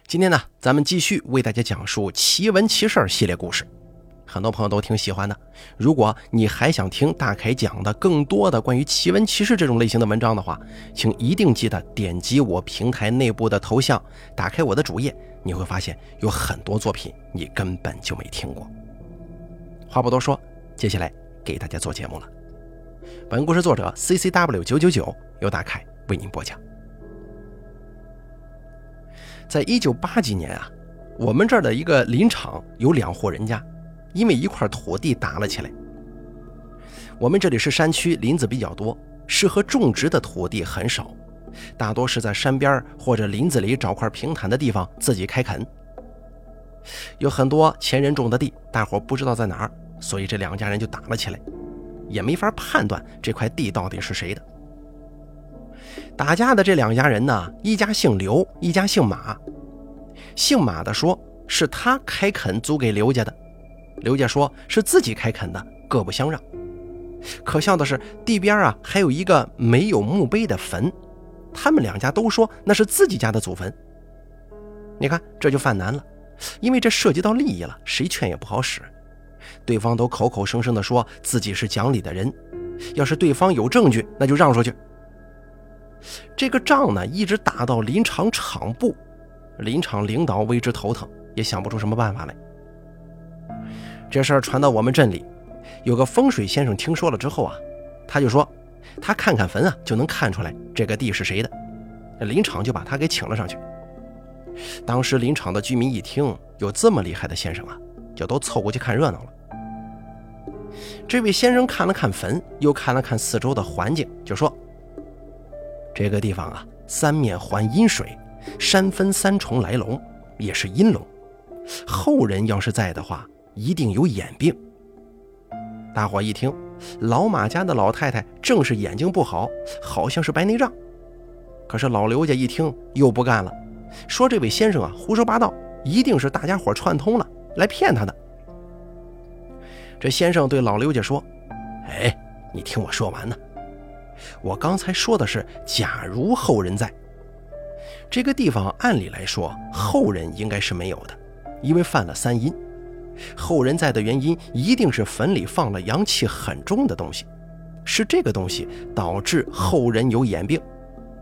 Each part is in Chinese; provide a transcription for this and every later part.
今天呢，咱们继续为大家讲述奇闻奇事系列故事，很多朋友都挺喜欢的。如果你还想听大凯讲的更多的关于奇闻奇事这种类型的文章的话，请一定记得点击我平台内部的头像，打开我的主页，你会发现有很多作品你根本就没听过。话不多说，接下来给大家做节目了。本故事作者 CCW999 由大凯为您播讲。在1980几年啊，我们这儿的一个林场有2户人家因为一块土地打了起来。我们这里是山区，林子比较多，适合种植的土地很少，大多是在山边或者林子里找块平坦的地方自己开垦。有很多前人种的地，大伙不知道在哪儿，所以这2家人就打了起来，也没法判断这块地到底是谁的。打架的这2家人呢，一家姓刘，一家姓马。姓马的说是他开垦租给刘家的，刘家说是自己开垦的，各不相让。可笑的是，地边啊还有一个没有墓碑的坟，他们2家都说那是自己家的祖坟。你看这就犯难了，因为这涉及到利益了，谁劝也不好使。对方都口口声声地说自己是讲理的人，要是对方有证据，那就让出去。这个仗呢，一直打到林场场部，林场领导为之头疼，也想不出什么办法来。这事儿传到我们镇里，有个风水先生听说了之后啊，他就说他看看坟啊，就能看出来这个地是谁的。林场就把他给请了上去。当时林场的居民一听有这么厉害的先生啊，就都凑过去看热闹了。这位先生看了看坟，又看了看四周的环境，就说这个地方啊，三面环阴水，山分3重来龙，也是阴龙。后人要是在的话，一定有眼病。大伙一听，老马家的老太太正是眼睛不好，好像是白内障。可是老刘家一听又不干了，说这位先生啊胡说八道，一定是大家伙串通了来骗他的。这先生对老刘家说，你听我说完呢。我刚才说的是假如后人在，这个地方按理来说后人应该是没有的，因为犯了3阴。后人在的原因一定是坟里放了阳气很重的东西，是这个东西导致后人有眼病。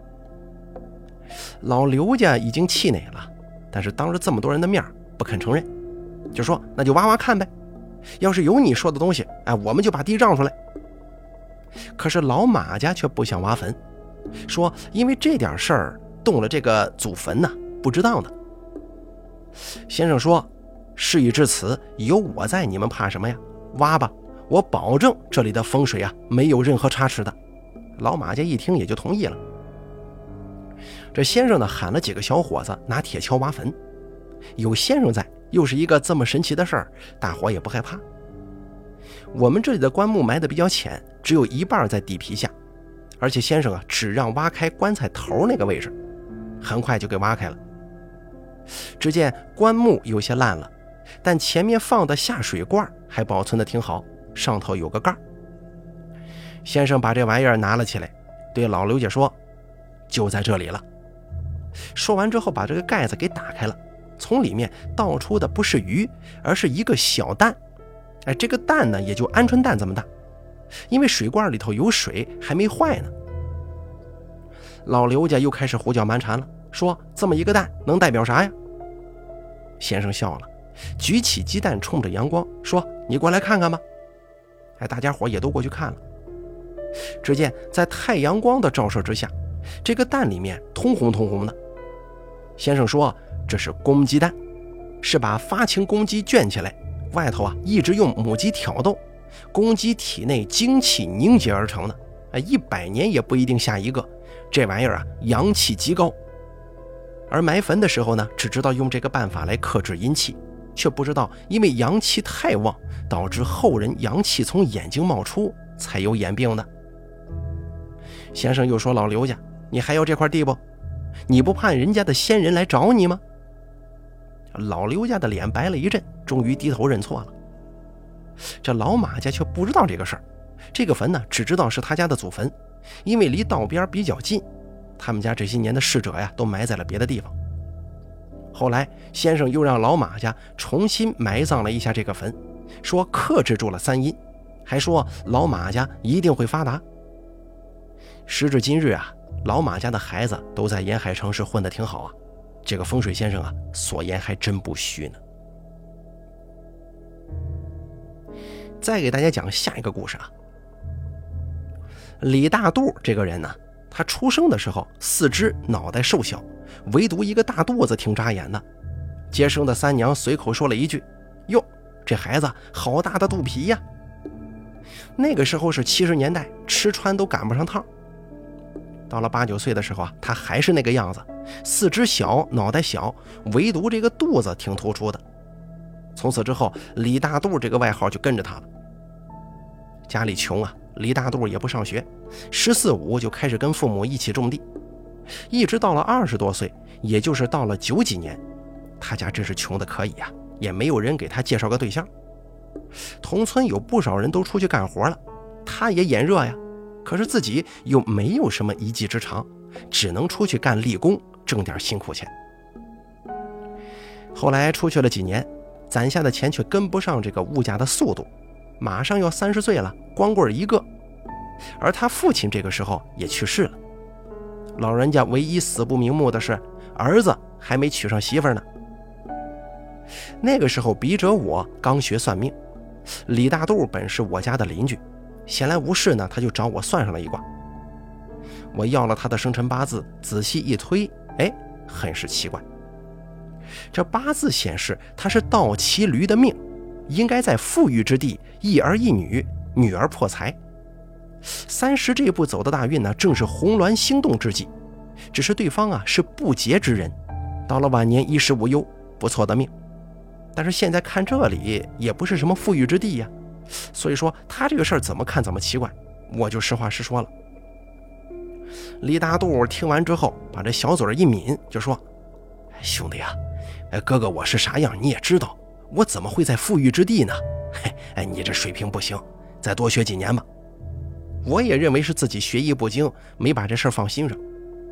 老刘家已经气馁了，但是当着这么多人的面不肯承认，就说那就挖挖看呗，要是有你说的东西，我们就把地让出来。可是老马家却不想挖坟，说因为这点事儿动了这个祖坟呢，不值当的。先生说事已至此，有我在，你们怕什么呀？挖吧，我保证这里的风水啊没有任何差池的。老马家一听也就同意了。这先生呢喊了几个小伙子拿铁锹挖坟，有先生在，又是一个这么神奇的事儿，大伙也不害怕。我们这里的棺木埋得比较浅，只有一半在地皮下，而且先生啊只让挖开棺材头那个位置，很快就给挖开了。只见棺木有些烂了，但前面放的下水罐还保存得挺好，上头有个盖。先生把这玩意儿拿了起来，对老刘家说就在这里了。说完之后把这个盖子给打开了，从里面倒出的不是鱼，而是一个小蛋。这个蛋呢也就鹌鹑蛋这么大，因为水罐里头有水还没坏呢。老刘家又开始胡搅蛮缠了，说这么一个蛋能代表啥呀？先生笑了，举起鸡蛋冲着阳光说你过来看看吧。大家伙也都过去看了。只见在太阳光的照射之下，这个蛋里面通红通红的。先生说这是公鸡蛋，是把发情公鸡圈起来，外头啊一直用母鸡挑逗，公鸡体内精气凝结而成的，100年也不一定下一个。这玩意儿啊阳气极高。而埋坟的时候呢，只知道用这个办法来克制阴气，却不知道因为阳气太旺，导致后人阳气从眼睛冒出，才有眼病的。先生又说老刘家，你还要这块地不？你不怕人家的先人来找你吗？老刘家的脸白了一阵，终于低头认错了。这老马家却不知道这个事儿，这个坟呢只知道是他家的祖坟，因为离道边比较近，他们家这些年的逝者呀都埋在了别的地方。 后来先生又让老马家重新埋葬了一下这个坟，说克制住了三阴，还说老马家一定会发达。时至今日啊，老马家的孩子都在沿海城市混得挺好啊，这个风水先生啊，所言还真不虚呢。再给大家讲下一个故事啊。李大肚这个人呢，他出生的时候四肢脑袋瘦小，唯独一个大肚子挺扎眼的。接生的三娘随口说了一句：“哟，这孩子好大的肚皮呀！”那个时候是70年代，吃穿都赶不上趟。到了8、9岁的时候啊，他还是那个样子，四肢小，脑袋小，唯独这个肚子挺突出的。从此之后，李大肚这个外号就跟着他了。家里穷啊，李大肚也不上学，14、15就开始跟父母一起种地，一直到了20多岁，也就是到了90几年，他家真是穷的可以啊，也没有人给他介绍个对象。同村有不少人都出去干活了，他也眼热呀，可是自己又没有什么一技之长，只能出去干力工，挣点辛苦钱。后来出去了几年，攒下的钱却跟不上这个物价的速度，马上要30岁了，光棍一个。而他父亲这个时候也去世了，老人家唯一死不瞑目的是儿子还没娶上媳妇呢。那个时候笔者我刚学算命，李大肚本是我家的邻居，闲来无事呢，他就找我算上了一卦。我要了他的生辰八字，仔细一推，很是奇怪。这八字显示他是倒骑驴的命，应该在富裕之地，一儿一女，女儿破财。30这一步走的大运呢，正是红鸾星动之际，只是对方啊是不洁之人，到了晚年衣食无忧，不错的命。但是现在看这里也不是什么富裕之地呀，所以说他这个事儿怎么看怎么奇怪，我就实话实说了。李大肚听完之后，把这小嘴一抿，就说：“兄弟啊，哥哥我是啥样你也知道，我怎么会在富裕之地呢？你这水平不行，再多学几年吧。”我也认为是自己学艺不精，没把这事儿放心上。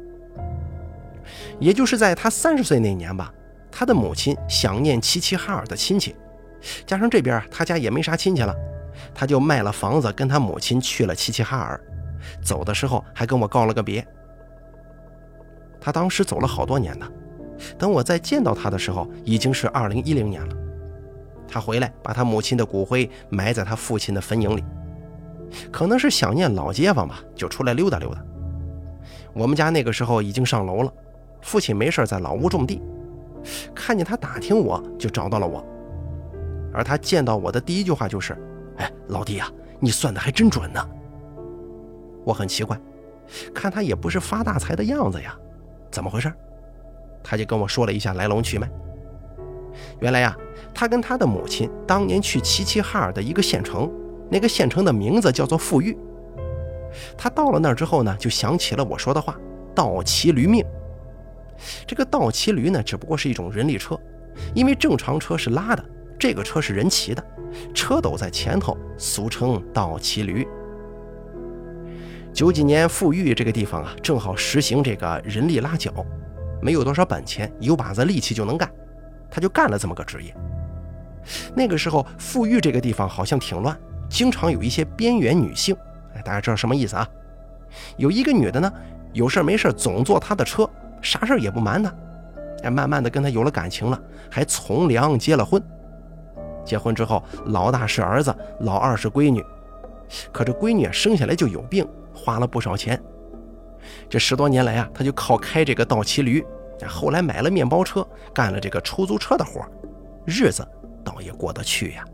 也就是在他30岁那年吧，他的母亲想念齐齐哈尔的亲戚，加上这边他家也没啥亲戚了，他就卖了房子跟他母亲去了齐齐哈尔，走的时候还跟我告了个别。他当时走了好多年呢，等我再见到他的时候已经是2010年了。他回来把他母亲的骨灰埋在他父亲的坟茔里，可能是想念老街坊吧，就出来溜达溜达。我们家那个时候已经上楼了，父亲没事在老屋种地，看见他打听我，就找到了我。而他见到我的第一句话就是：“老弟啊，你算的还真准呢。”我很奇怪，看他也不是发大财的样子呀，怎么回事？他就跟我说了一下来龙去脉。原来呀，他跟他的母亲当年去齐齐哈尔的一个县城，那个县城的名字叫做富裕。他到了那儿之后呢，就想起了我说的话，倒骑驴命。这个倒骑驴呢，只不过是一种人力车，因为正常车是拉的，这个车是人骑的，车斗在前头，俗称倒骑驴。90几年富裕这个地方啊，正好实行这个人力拉脚，没有多少本钱，有把子力气就能干，他就干了这么个职业。那个时候富裕这个地方好像挺乱，经常有一些边缘女性，大家知道什么意思啊？有一个女的呢，有事没事总坐他的车，啥事也不瞒他，慢慢的跟他有了感情了，还从良结了婚。结婚之后，老大是儿子，老二是闺女，可这闺女生下来就有病，花了不少钱。这10多年来啊，他就靠开这个倒骑驴，后来买了面包车，干了这个出租车的活，日子倒也过得去呀。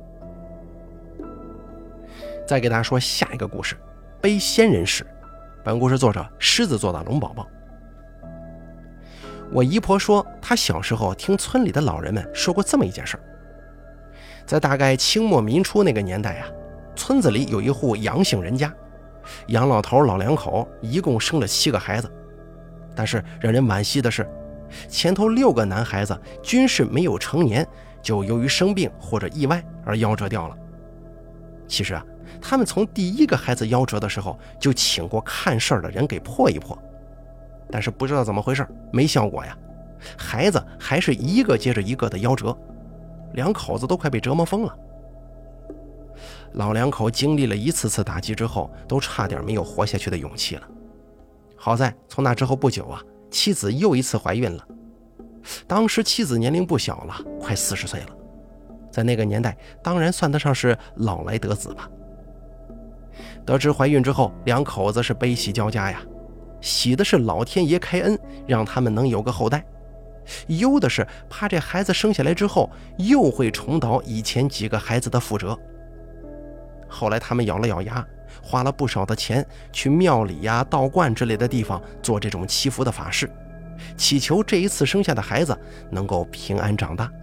再给大家说下一个故事，背仙人史。本故事作者狮子座的龙宝宝。我姨婆说，她小时候听村里的老人们说过这么一件事儿。在大概清末民初那个年代啊，村子里有一户杨姓人家，杨老头老两口一共生了7个孩子，但是让人惋惜的是，前头6个男孩子均是没有成年，就由于生病或者意外而夭折掉了。其实啊，他们从第1个孩子夭折的时候就请过看事儿的人给破一破，但是不知道怎么回事，没效果呀。 孩子还是一个接着一个的夭折，两口子都快被折磨疯了。老两口经历了一次次打击之后，都差点没有活下去的勇气了。好在从那之后不久啊，妻子又一次怀孕了。当时妻子年龄不小了，快40岁了，在那个年代当然算得上是老来得子吧。得知怀孕之后，两口子是悲喜交加呀，喜的是老天爷开恩，让他们能有个后代，忧的是怕这孩子生下来之后又会重蹈以前几个孩子的覆辙。后来他们咬了咬牙，花了不少的钱去庙里呀、道观之类的地方做这种祈福的法事，祈求这一次生下的孩子能够平安长大。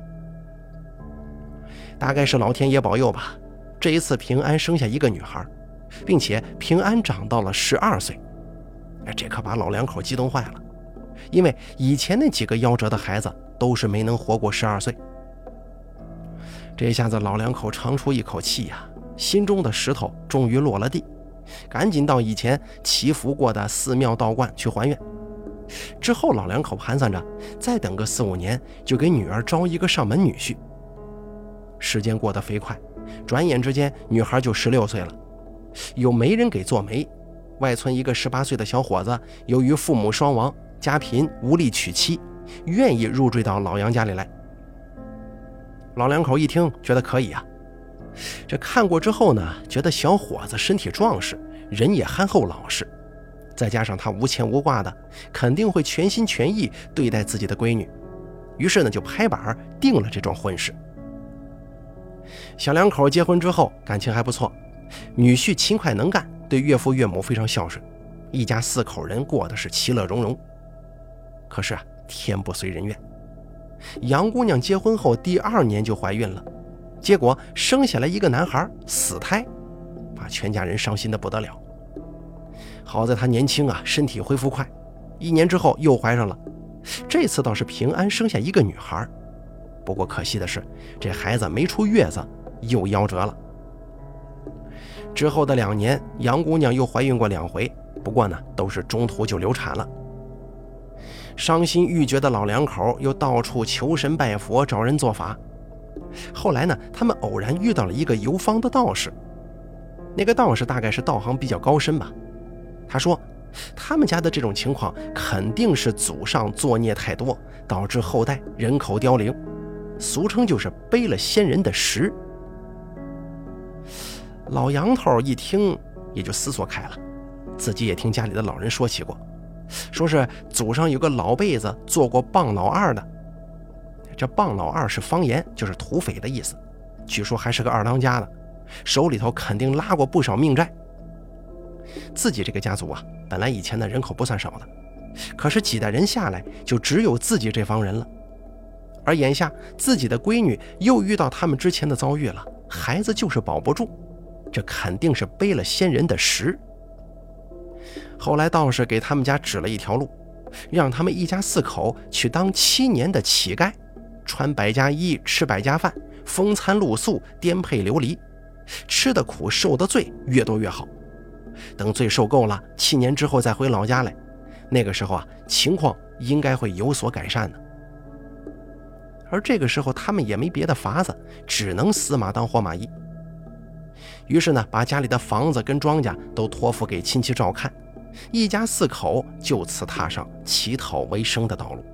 大概是老天爷保佑吧，这一次平安生下一个女孩，并且平安长到了12岁。这可把老两口激动坏了，因为以前那几个夭折的孩子都是没能活过12岁。这下子老两口长出一口气呀，心中的石头终于落了地，赶紧到以前祈福过的寺庙道观去还愿。之后老两口盘算着再等个4-5年，就给女儿招一个上门女婿。时间过得飞快，转眼之间女孩就16岁了，有媒人给做媒。外村一个18岁的小伙子，由于父母双亡，家贫无力娶妻，愿意入赘到老杨家里来。老两口一听觉得可以啊，这看过之后呢，觉得小伙子身体壮实，人也憨厚老实，再加上他无牵无挂的，肯定会全心全意对待自己的闺女，于是呢就拍板定了这桩婚事。小两口结婚之后感情还不错，女婿勤快能干，对岳父岳母非常孝顺，一家4口人过得是其乐融融。可是天不遂人愿，杨姑娘结婚后第2年就怀孕了，结果生下来一个男孩，死胎，把全家人伤心的不得了。好在她年轻啊，身体恢复快，1年之后又怀上了，这次倒是平安生下一个女孩。不过可惜的是，这孩子没出月子又夭折了。之后的2年，杨姑娘又怀孕过2回，不过呢都是中途就流产了。伤心欲绝的老两口又到处求神拜佛，找人做法。后来呢，他们偶然遇到了一个游方的道士，那个道士大概是道行比较高深吧。他说他们家的这种情况肯定是祖上作孽太多，导致后代人口凋零，俗称就是背了先人的实。老杨头一听也就思索开了，自己也听家里的老人说起过，说是祖上有个老辈子做过傍老二的。这傍老二是方言，就是土匪的意思，据说还是个二当家的，手里头肯定拉过不少命债。自己这个家族啊，本来以前的人口不算少的，可是几代人下来就只有自己这帮人了，而眼下自己的闺女又遇到他们之前的遭遇了，孩子就是保不住，这肯定是背了先人的实。后来道士给他们家指了一条路，让他们一家4口去当7年的乞丐，穿百家衣，吃百家饭，风餐露宿，颠沛流离，吃的苦受的罪越多越好。等罪受够了，7年之后再回老家来，那个时候啊，情况应该会有所改善的。而这个时候他们也没别的法子，只能死马当活马医。于是呢，把家里的房子跟庄稼都托付给亲戚照看，一家4口就此踏上乞讨为生的道路。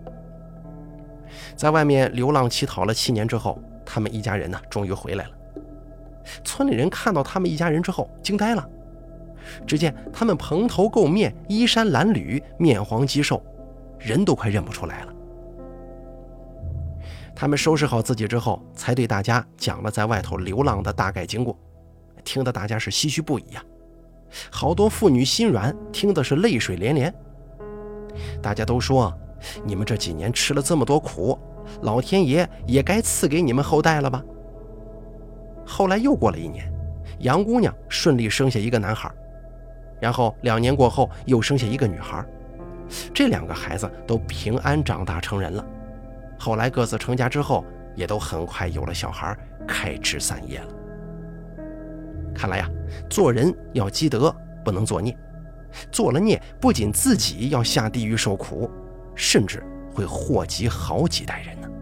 在外面流浪乞讨了7年之后，他们一家人呢，终于回来了。村里人看到他们一家人之后惊呆了，只见他们蓬头垢面，衣衫褴褛，面黄肌瘦，人都快认不出来了。他们收拾好自己之后，才对大家讲了在外头流浪的大概经过，听得大家是唏嘘不已呀。好多妇女心软，听的是泪水连连。大家都说，你们这几年吃了这么多苦，老天爷也该赐给你们后代了吧。后来又过了1年，杨姑娘顺利生下一个男孩，然后2年过后又生下一个女孩，这2个孩子都平安长大成人了。后来各自成家之后，也都很快有了小孩，开枝散叶了。看来呀，做人要积德，不能作孽。做了孽，不仅自己要下地狱受苦，甚至会祸及好几代人呢。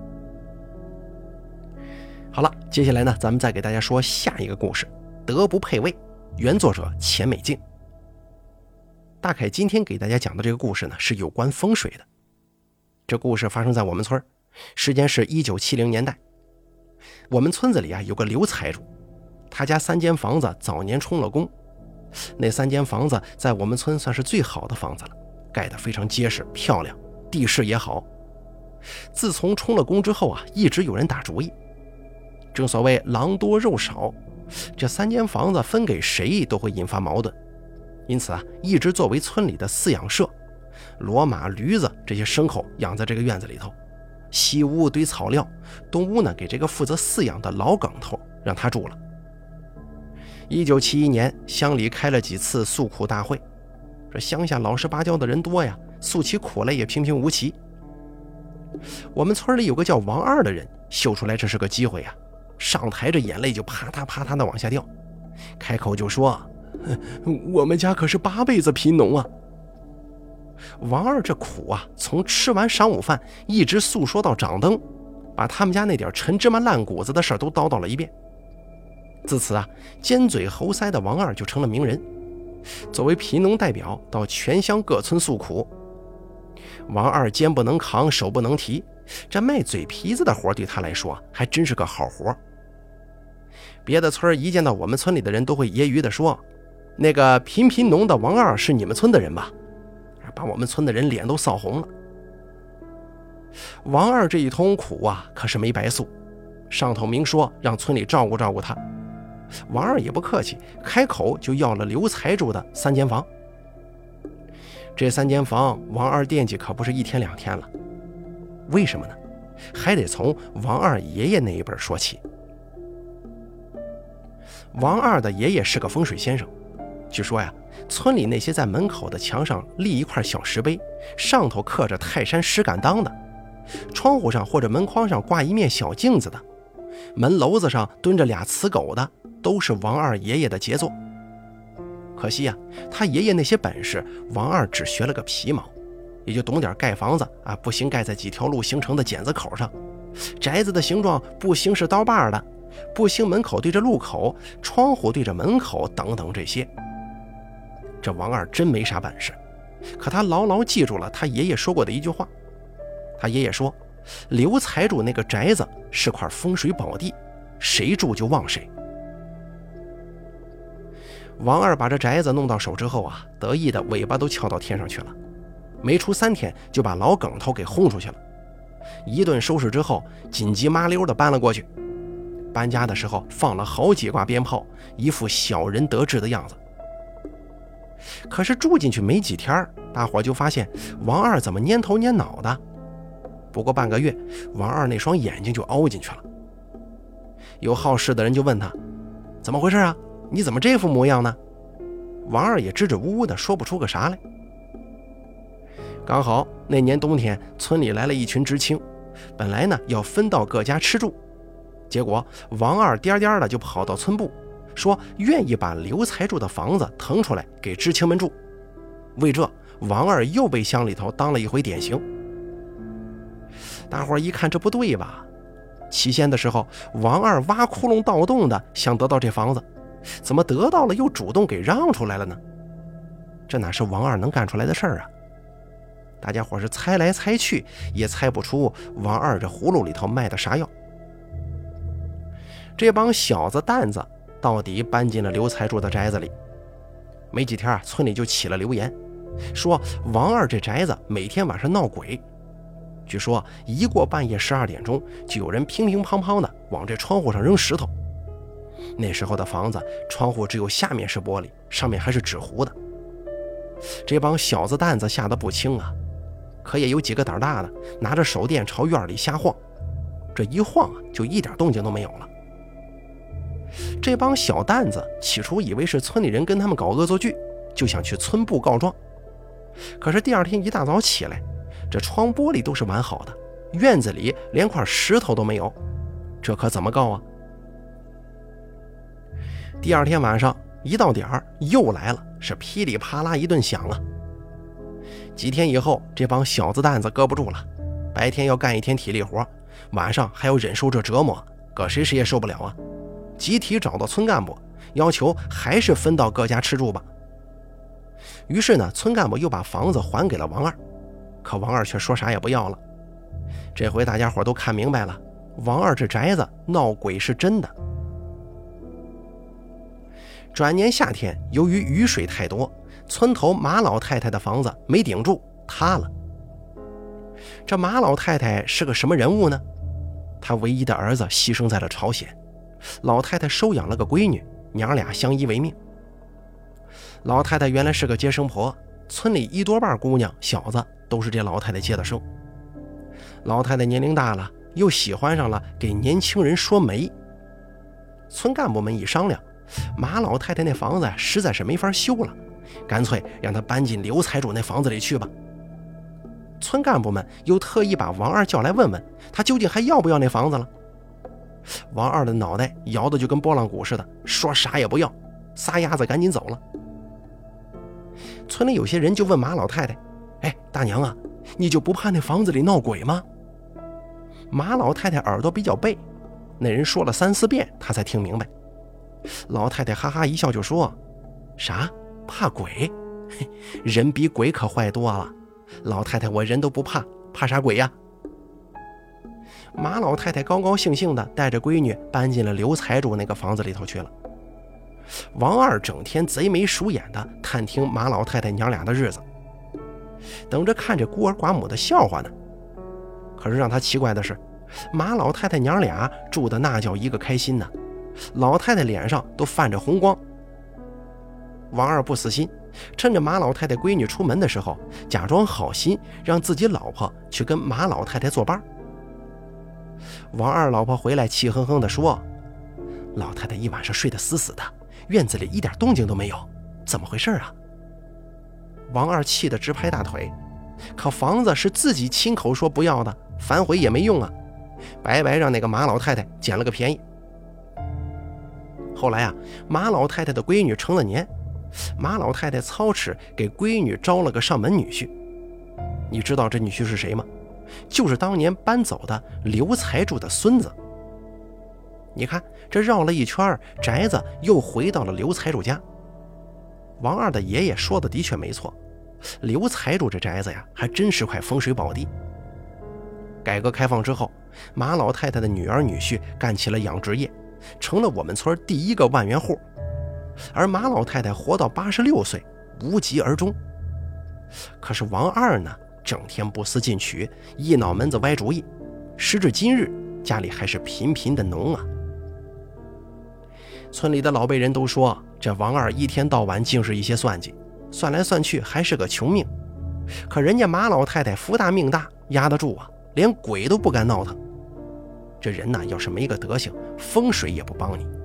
好了，接下来呢，咱们再给大家说下一个故事，德不配位，原作者钱美静。大凯今天给大家讲的这个故事呢，是有关风水的。这故事发生在我们村，时间是1970年代。我们村子里有个刘财主，他家3间房子早年充了公，那3间房子在我们村算是最好的房子了，盖得非常结实漂亮，地势也好。自从充了公之后一直有人打主意。正所谓狼多肉少，这3间房子分给谁都会引发矛盾，因此一直作为村里的饲养舍，骡马驴子这些牲口养在这个院子里头，西屋堆草料，东屋呢给这个负责饲养的老梗头让他住了。1971年乡里开了几次诉苦大会，这乡下老实巴交的人多呀，诉起苦来也平平无奇。我们村里有个叫王二的人嗅出来这是个机会上台这眼泪就啪嗒啪嗒的往下掉，开口就说我们家可是8辈子贫农啊。王二这苦从吃完晌午饭一直诉说到掌灯，把他们家那点陈芝麻烂谷子的事都叨叨了一遍。自此尖嘴猴腮的王二就成了名人，作为贫农代表到全乡各村诉苦。王二肩不能扛，手不能提，这卖嘴皮子的活对他来说还真是个好活。别的村一见到我们村里的人都会揶揄地说，那个贫农的王二是你们村的人吧？把我们村的人脸都臊红了。王二这一通苦可是没白诉，上头明说让村里照顾照顾他。王二也不客气，开口就要了刘财主的3间房。这3间房王二惦记可不是1天2天了。为什么呢？还得从王二爷爷那一辈说起。王二的爷爷是个风水先生，据说村里那些在门口的墙上立一块小石碑，上头刻着泰山石敢当的，窗户上或者门框上挂一面小镜子的，门楼子上蹲着俩雌狗的，都是王二爷爷的杰作。可惜他爷爷那些本事，王二只学了个皮毛，也就懂点盖房子不行盖在几条路形成的剪子口上，宅子的形状不行是刀把的，不行门口对着路口，窗户对着门口等等这些。这王二真没啥本事，可他牢牢记住了他爷爷说过的一句话。他爷爷说，刘财主那个宅子是块风水宝地，谁住就旺谁。王二把这宅子弄到手之后得意的尾巴都翘到天上去了，没出3天就把老梗头给轰出去了。一顿收拾之后，紧急麻溜的搬了过去。搬家的时候放了好几挂鞭炮，一副小人得志的样子。可是住进去没几天，大伙就发现王二怎么蔫头蔫脑的。不过半个月，王二那双眼睛就凹进去了。有好事的人就问他，怎么回事你怎么这副模样呢？王二也支支吾吾的说不出个啥来。刚好那年冬天，村里来了一群知青，本来呢要分到各家吃住，结果王二颠颠的就跑到村部，说愿意把刘财主的房子腾出来给知青们住。为这，王二又被乡里头当了一回典型。大伙一看这不对吧？起先的时候，王二挖窟窿盗洞的想得到这房子，怎么得到了又主动给让出来了呢？这哪是王二能干出来的事儿啊？大家伙是猜来猜去也猜不出王二这葫芦里头卖的啥药。这帮小子蛋子到底搬进了刘财主的宅子里。没几天村里就起了流言，说王二这宅子每天晚上闹鬼。据说一过半夜12点钟，就有人乒乒乓乓的往这窗户上扔石头。那时候的房子窗户只有下面是玻璃，上面还是纸糊的。这帮小子蛋子吓得不轻可也有几个胆大的拿着手电朝院里瞎晃，这一晃就一点动静都没有了。这帮小蛋子起初以为是村里人跟他们搞恶作剧，就想去村部告状。可是第二天一大早起来，这窗玻璃都是完好的，院子里连块石头都没有，这可怎么告第二天晚上一到点儿又来了，是噼里啪啦一顿响几天以后，这帮小子蛋子搁不住了， 白天要干一天体力活，晚上还要忍受这折磨，搁谁也受不了啊！集体找到村干部，要求还是分到各家吃住吧。于是呢，村干部又把房子还给了王二，可王二却说啥也不要了。这回大家伙都看明白了，王二这宅子闹鬼是真的。转年夏天，由于雨水太多，村头马老太太的房子没顶住，塌了。这马老太太是个什么人物呢？她唯一的儿子牺牲在了朝鲜，老太太收养了个闺女，娘俩相依为命。老太太原来是个接生婆，村里一多半姑娘小子都是这老太太接的生。老太太年龄大了，又喜欢上了给年轻人说媒。村干部们一商量，马老太太那房子实在是没法修了，干脆让她搬进刘财主那房子里去吧。村干部们又特意把王二叫来问问他究竟还要不要那房子了。王二的脑袋摇得就跟拨浪鼓似的，说啥也不要，撒丫子赶紧走了。村里有些人就问马老太太：“哎，大娘啊，你就不怕那房子里闹鬼吗？”马老太太耳朵比较背，那人说了3、4遍，她才听明白。老太太哈哈一笑就说：“啥？怕鬼？嘿，人比鬼可坏多了。老太太，我人都不怕，怕啥鬼呀？”马老太太高高兴兴地带着闺女搬进了刘财主那个房子里头去了。王二整天贼眉鼠眼地探听马老太太娘俩的日子，等着看着孤儿寡母的笑话呢。可是让他奇怪的是，马老太太娘俩住的那叫一个开心呢，老太太脸上都泛着红光。王二不死心，趁着马老太太闺女出门的时候，假装好心让自己老婆去跟马老太太作伴。王二老婆回来气哼哼地说：“老太太一晚上睡得死死的，院子里一点动静都没有，怎么回事啊？”王二气得直拍大腿，可房子是自己亲口说不要的，反悔也没用啊，白白让那个马老太太捡了个便宜。后来啊，马老太太的闺女成了年，马老太太操持给闺女招了个上门女婿。你知道这女婿是谁吗？就是当年搬走的刘财主的孙子。你看这绕了一圈，宅子又回到了刘财主家。王二的爷爷说的的确没错，刘财主这宅子呀还真是块风水宝地。改革开放之后，马老太太的女儿女婿干起了养殖业，成了我们村第一个万元户。而马老太太活到86岁，无疾而终。可是王二呢，整天不思进取，一脑门子歪主意，时至今日家里还是频频的脓啊。村里的老辈人都说，这王二一天到晚竟是一些算计，算来算去还是个穷命。可人家马老太太福大命大，压得住啊，连鬼都不敢闹腾。这人呐，要是没个德行，风水也不帮你。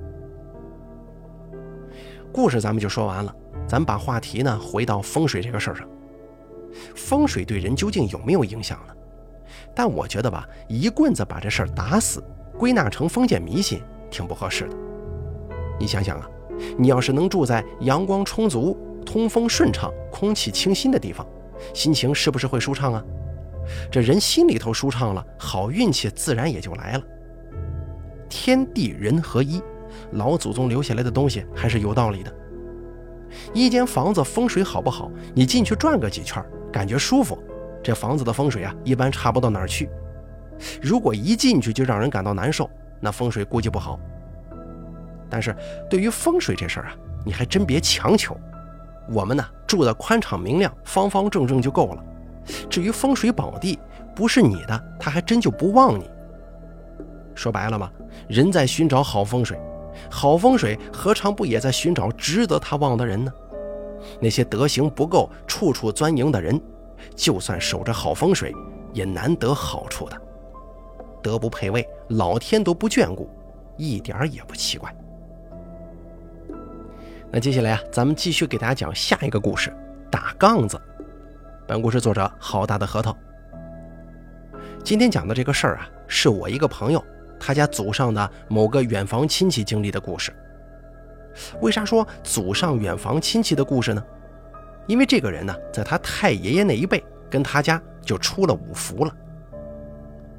故事咱们就说完了，咱们把话题呢回到风水这个事儿上。风水对人究竟有没有影响呢？但我觉得吧，一棍子把这事儿打死，归纳成封建迷信，挺不合适的。你想想啊，你要是能住在阳光充足、通风顺畅、空气清新的地方，心情是不是会舒畅啊？这人心里头舒畅了，好运气自然也就来了。天地人合一，老祖宗留下来的东西还是有道理的。一间房子风水好不好，你进去转个几圈，感觉舒服，这房子的风水啊，一般差不到哪儿去。如果一进去就让人感到难受，那风水估计不好。但是对于风水这事儿啊，你还真别强求。我们呢，住的宽敞明亮、方方正正就够了。至于风水宝地，不是你的，他还真就不旺你。说白了嘛，人在寻找好风水，好风水何尝不也在寻找值得他旺的人呢？那些德行不够、处处钻营的人，就算守着好风水，也难得好处的。德不配位，老天都不眷顾，一点也不奇怪。那接下来啊，咱们继续给大家讲下一个故事，打杠子。本故事作者好大的核桃。今天讲的这个事儿啊，是我一个朋友他家祖上的某个远房亲戚经历的故事。为啥说祖上远房亲戚的故事呢？因为这个人呢，在他太爷爷那一辈跟他家就出了五福了。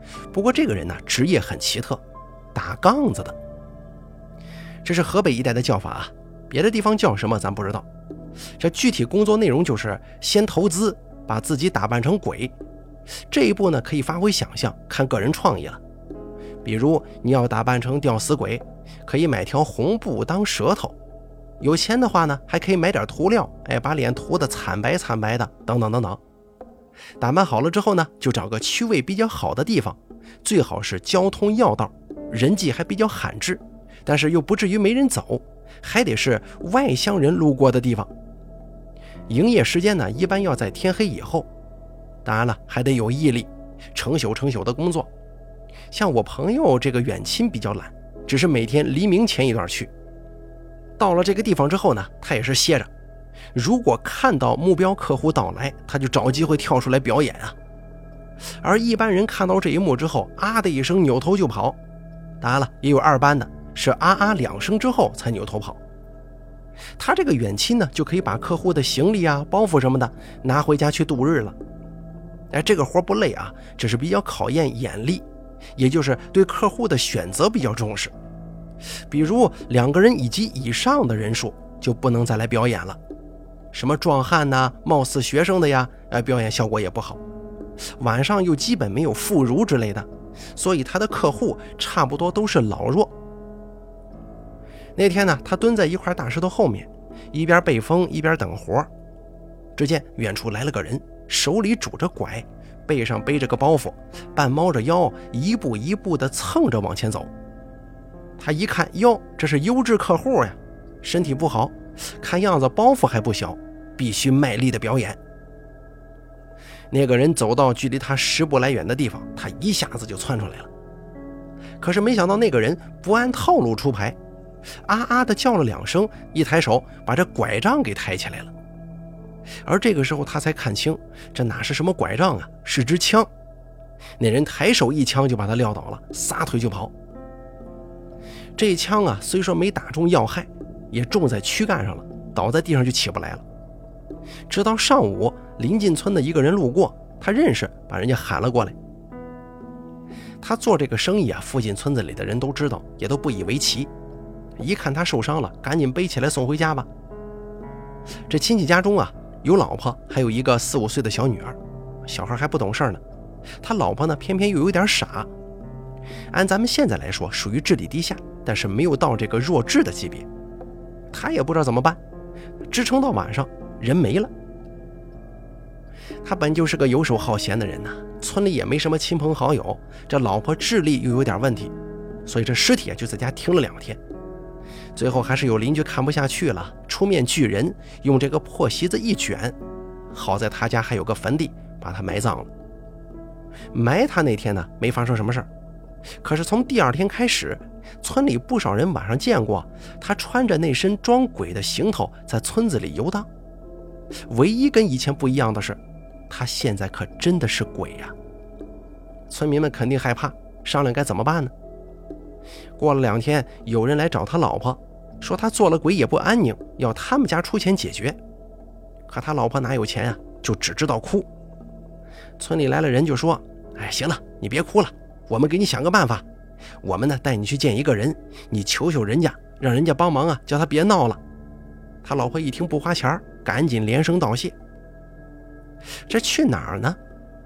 不过这个人呢，职业很奇特，打杠子的。这是河北一带的叫法啊，别的地方叫什么咱不知道。这具体工作内容就是先投资，把自己打扮成鬼。这一步呢，可以发挥想象，看个人创意了。比如你要打扮成吊死鬼，可以买条红布当舌头。有钱的话呢，还可以买点涂料，把脸涂得惨白惨白的，等等等等。打扮好了之后呢，就找个区位比较好的地方，最好是交通要道，人迹还比较罕至，但是又不至于没人走，还得是外乡人路过的地方。营业时间呢，一般要在天黑以后。当然了，还得有毅力，成宿的工作。像我朋友这个远亲比较懒，只是每天黎明前一段去。到了这个地方之后呢，他也是歇着。如果看到目标客户到来，他就找机会跳出来表演啊。而一般人看到这一幕之后，啊的一声扭头就跑。当然了，也有二班的，是啊2声之后才扭头跑。他这个远亲呢，就可以把客户的行李啊、包袱什么的拿回家去度日了。这个活不累啊，只是比较考验眼力，也就是对客户的选择比较重视。比如2个人以及以上的人数就不能再来表演了，什么壮汉呐、貌似学生的呀，表演效果也不好。晚上又基本没有妇孺之类的，所以他的客户差不多都是老弱。那天呢，他蹲在一块大石头后面，一边背风一边等活。只见远处来了个人，手里拄着拐，背上背着个包袱，半猫着腰，一步一步地蹭着往前走。他一看，哟，这是优质客户呀，身体不好，看样子包袱还不小，必须卖力的表演。那个人走到距离他10步来远的地方，他一下子就窜出来了。可是没想到那个人不按套路出牌，啊啊的叫了2声，一抬手把这拐杖给抬起来了。而这个时候他才看清，这哪是什么拐杖啊，是支枪。那人抬手一枪就把他撂倒了，撒腿就跑。这一枪啊，虽说没打中要害，也中在躯干上了，倒在地上就起不来了。直到上午，临近村的一个人路过，他认识，把人家喊了过来。他做这个生意啊，附近村子里的人都知道，也都不以为奇。一看他受伤了，赶紧背起来送回家吧。这亲戚家中啊，有老婆，还有一个4、5岁的小女儿，小孩还不懂事呢。他老婆呢，偏偏又有点傻，按咱们现在来说，属于智力低下，但是没有到这个弱智的级别。他也不知道怎么办，支撑到晚上，人没了。他本就是个游手好闲的人呐，村里也没什么亲朋好友，这老婆智力又有点问题，所以这尸体就在家停了2天。最后还是有邻居看不下去了，出面锯人，用这个破席子一卷，好在他家还有个坟地，把他埋葬了。埋他那天呢，没发生什么事儿，可是从第2天开始，村里不少人晚上见过他穿着那身装鬼的行头在村子里游荡。唯一跟以前不一样的是，他现在可真的是鬼呀！村民们肯定害怕，商量该怎么办呢？过了2天，有人来找他老婆，说他做了鬼也不安宁，要他们家出钱解决。可他老婆哪有钱啊，就只知道哭。村里来了人就说，行了，你别哭了，我们给你想个办法，我们呢带你去见一个人，你求求人家，让人家帮忙啊，叫他别闹了。他老婆一听不花钱，赶紧连声道谢。这去哪儿呢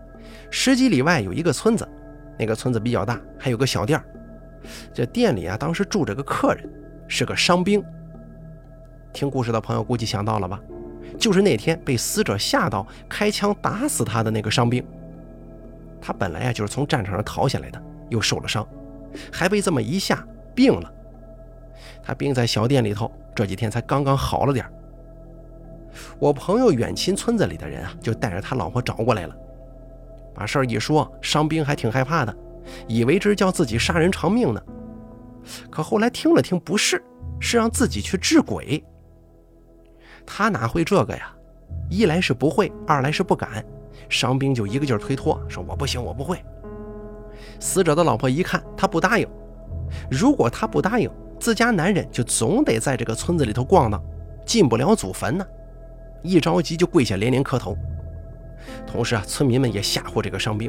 ？10几里外有一个村子，那个村子比较大，还有个小店。这店里啊，当时住着个客人，是个伤兵。听故事的朋友估计想到了吧，就是那天被死者吓到开枪打死他的那个伤兵。他本来就是从战场上逃下来的，又受了伤，还被这么一下病了。他病在小店里头，这几天才刚刚好了点。我朋友远亲村子里的人啊，就带着他老婆找过来了。把事儿一说，伤兵还挺害怕的，以为这是叫自己杀人偿命呢。可后来听了听，不是，是让自己去治鬼。他哪会这个呀？一来是不会，二来是不敢。伤兵就一个劲儿推脱，说我不行，我不会。死者的老婆一看他不答应，如果他不答应，自家男人就总得在这个村子里头逛荡，进不了祖坟呢。一着急就跪下连连磕头。同时啊，村民们也吓唬这个伤兵，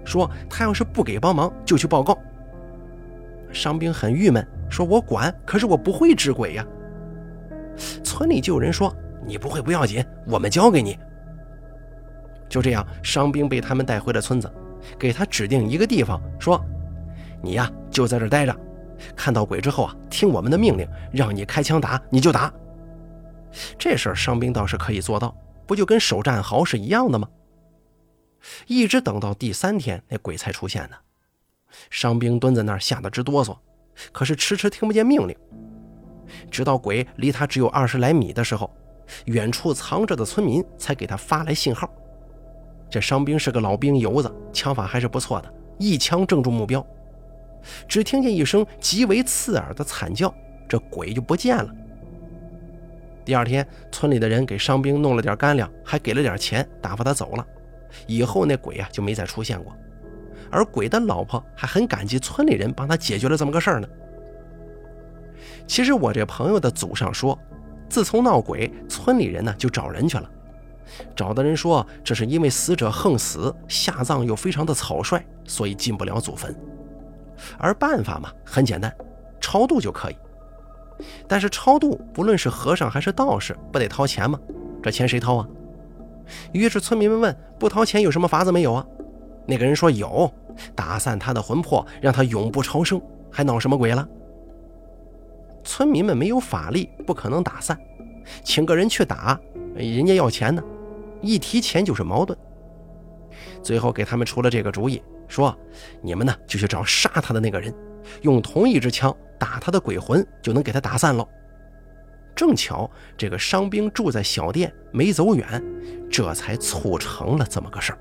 说他要是不给帮忙就去报告。伤兵很郁闷，说我管，可是我不会治鬼呀。村里就有人说，你不会不要紧，我们教给你。就这样，伤兵被他们带回了村子，给他指定一个地方，说你呀就在这儿待着，看到鬼之后啊，听我们的命令，让你开枪打你就打。这事儿伤兵倒是可以做到，不就跟守战壕是一样的吗？一直等到第3天，那鬼才出现呢。伤兵蹲在那儿吓得直哆嗦，可是迟迟听不见命令。直到鬼离他只有20来米的时候，远处藏着的村民才给他发来信号。这伤兵是个老兵油子，枪法还是不错的，一枪正中目标。只听见一声极为刺耳的惨叫，这鬼就不见了。第2天，村里的人给伤兵弄了点干粮，还给了点钱，打发他走了。以后那鬼啊就没再出现过，而鬼的老婆还很感激村里人帮他解决了这么个事儿呢。其实我这朋友的祖上说，自从闹鬼，村里人呢就找人去了。找的人说，这是因为死者横死，下葬又非常的草率，所以进不了祖坟。而办法嘛，很简单，超度就可以。但是超度不论是和尚还是道士，不得掏钱吗？这钱谁掏啊？于是村民们问，不掏钱有什么法子没有啊？那个人说有，打散他的魂魄，让他永不超生，还闹什么鬼了？村民们没有法力，不可能打散，请个人去打，人家要钱呢，一提钱就是矛盾。最后给他们出了这个主意，说你们呢就去找杀他的那个人，用同一支枪打他的鬼魂，就能给他打散了。正巧这个伤兵住在小店，没走远，这才促成了这么个事儿。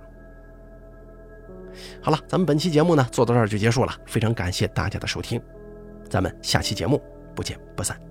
好了，咱们本期节目呢做到这儿就结束了，非常感谢大家的收听，咱们下期节目不见不散。